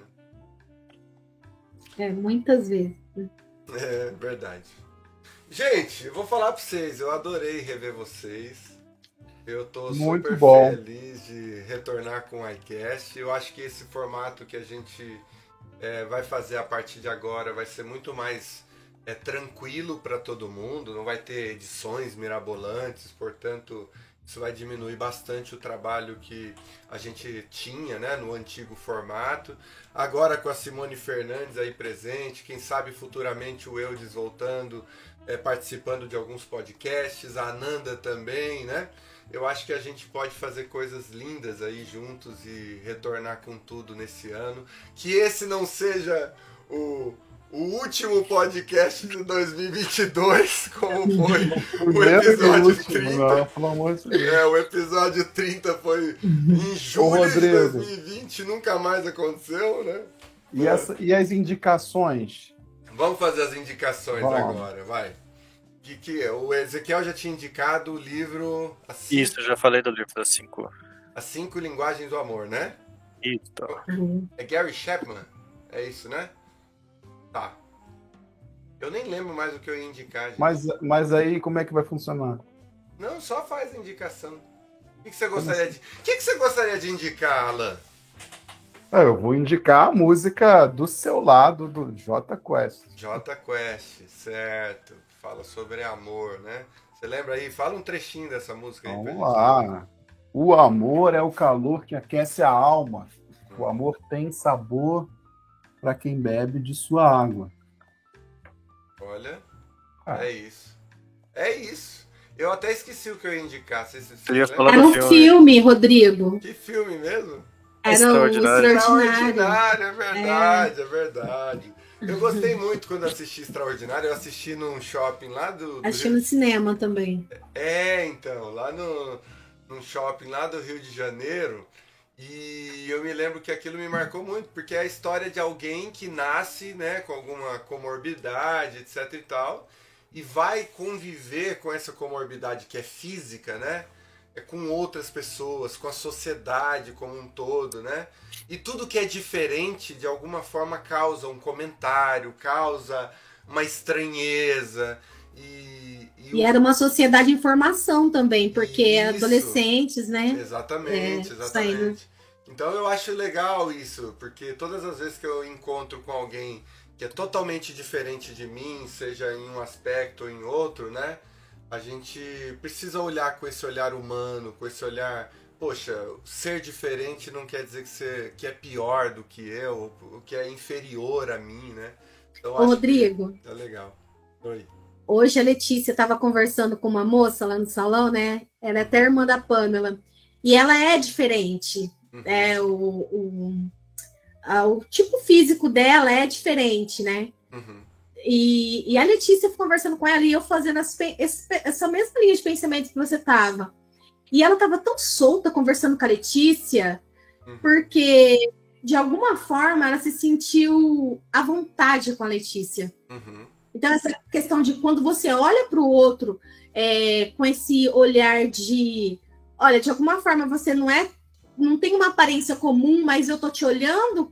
né? Muitas vezes. É verdade. Gente, eu vou falar para vocês, eu adorei rever vocês. Eu tô super feliz de retornar com o iCast. Eu acho que esse formato que a gente vai fazer a partir de agora vai ser muito mais tranquilo para todo mundo. Não vai ter edições mirabolantes, portanto, isso vai diminuir bastante o trabalho que a gente tinha, né, no antigo formato. Agora com a Simone Fernandes aí presente, quem sabe futuramente o Eudes voltando, participando de alguns podcasts, a Ananda também, né? Eu acho que a gente pode fazer coisas lindas aí juntos e retornar com tudo nesse ano. Que esse não seja o o último podcast de 2022, como foi o Primeiro e episódio último, 30. não, pelo amor de Deus. O episódio 30 foi em julho de 2020, nunca mais aconteceu, né? E as indicações? Vamos fazer as indicações Vamos. agora, vai. O Ezequiel já tinha indicado o livro... Isso, eu já falei do livro das 5. As 5 Linguagens do Amor, né? Isso. É Gary Chapman? É isso, né? Tá. Eu nem lembro mais o que eu ia indicar, gente. Mas aí, como é que vai funcionar? Não, só faz a indicação. O que você gostaria de indicar, Alan? Eu vou indicar a música Do Seu Lado, do Jota Quest. Jota Quest, certo. Fala sobre amor, né? Você lembra aí? Fala um trechinho dessa música aí. Vamos lá. O amor é o calor que aquece a alma. O amor tem sabor para quem bebe de sua água. Olha, é isso. É isso. Eu até esqueci o que eu ia indicar. Era um filme, Rodrigo. Que filme mesmo? Era o Extraordinário. É verdade. Eu gostei muito quando assisti Extraordinário. Eu assisti num shopping lá do Assisti no cinema também. Então, lá num shopping lá do Rio de Janeiro. E eu me lembro que aquilo me marcou muito, porque é a história de alguém que nasce, né, com alguma comorbidade, etc e tal, e vai conviver com essa comorbidade que é física, né, com outras pessoas, com a sociedade como um todo, né, e tudo que é diferente, de alguma forma, causa um comentário, causa uma estranheza, e era uma sociedade de informação também, porque Isso. Adolescentes, né? Exatamente. Saindo. Então eu acho legal isso, porque todas as vezes que eu encontro com alguém que é totalmente diferente de mim, seja em um aspecto ou em outro, né? A gente precisa olhar com esse olhar humano, com esse olhar... Poxa, ser diferente não quer dizer que é pior do que eu, ou que é inferior a mim, né? Então, Ô, Rodrigo. É legal. Oi. Hoje a Letícia estava conversando com uma moça lá no salão, né? Ela é até irmã da Pamela. E ela é diferente. Uhum. O tipo físico dela é diferente, né? Uhum. E a Letícia conversando com ela e eu fazendo essa mesma linha de pensamento que você estava. E ela estava tão solta conversando com a Letícia, porque de alguma forma ela se sentiu à vontade com a Letícia. Uhum. Então, essa questão de quando você olha para o outro com esse olhar de... Olha, de alguma forma você não tem uma aparência comum, mas eu tô te olhando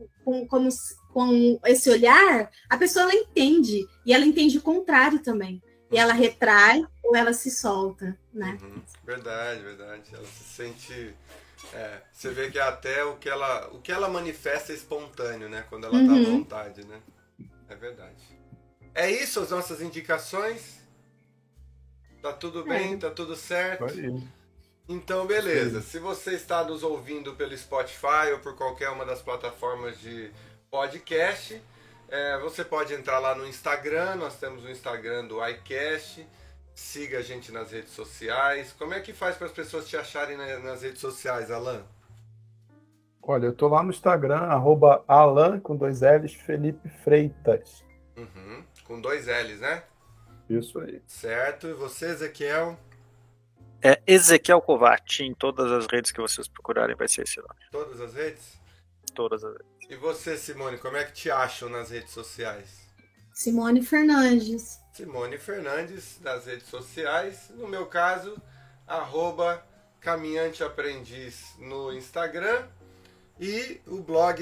com esse olhar, a pessoa ela entende. E ela entende o contrário também. E ela retrai ou ela se solta, né? Uhum. Verdade. Ela se sente... você vê que até o que ela manifesta é espontâneo, né? Quando ela tá à vontade, né? É verdade. É isso, as nossas indicações? Tá tudo bem? Tá tudo certo? Então, beleza. Se você está nos ouvindo pelo Spotify ou por qualquer uma das plataformas de podcast, você pode entrar lá no Instagram. Nós temos o Instagram do iCast. Siga a gente nas redes sociais. Como é que faz para as pessoas te acharem nas redes sociais, Alan? Olha, eu tô lá no Instagram, @Alan, com 2 L's, Felipe Freitas. Uhum. Com 2 L's, né? Isso aí. Certo. E você, Ezequiel? É Ezequiel Kovács, em todas as redes que vocês procurarem vai ser esse nome. Todas as redes? Todas as redes. E você, Simone, como é que te acham nas redes sociais? Simone Fernandes. Simone Fernandes nas redes sociais. No meu caso, @caminhanteaprendiz no Instagram e o blog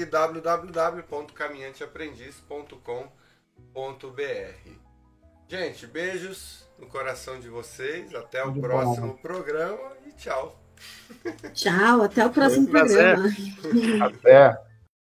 www.caminhanteaprendiz.com.br. Gente, beijos no coração de vocês. Até o próximo programa e tchau. Tchau, até o próximo programa. Até.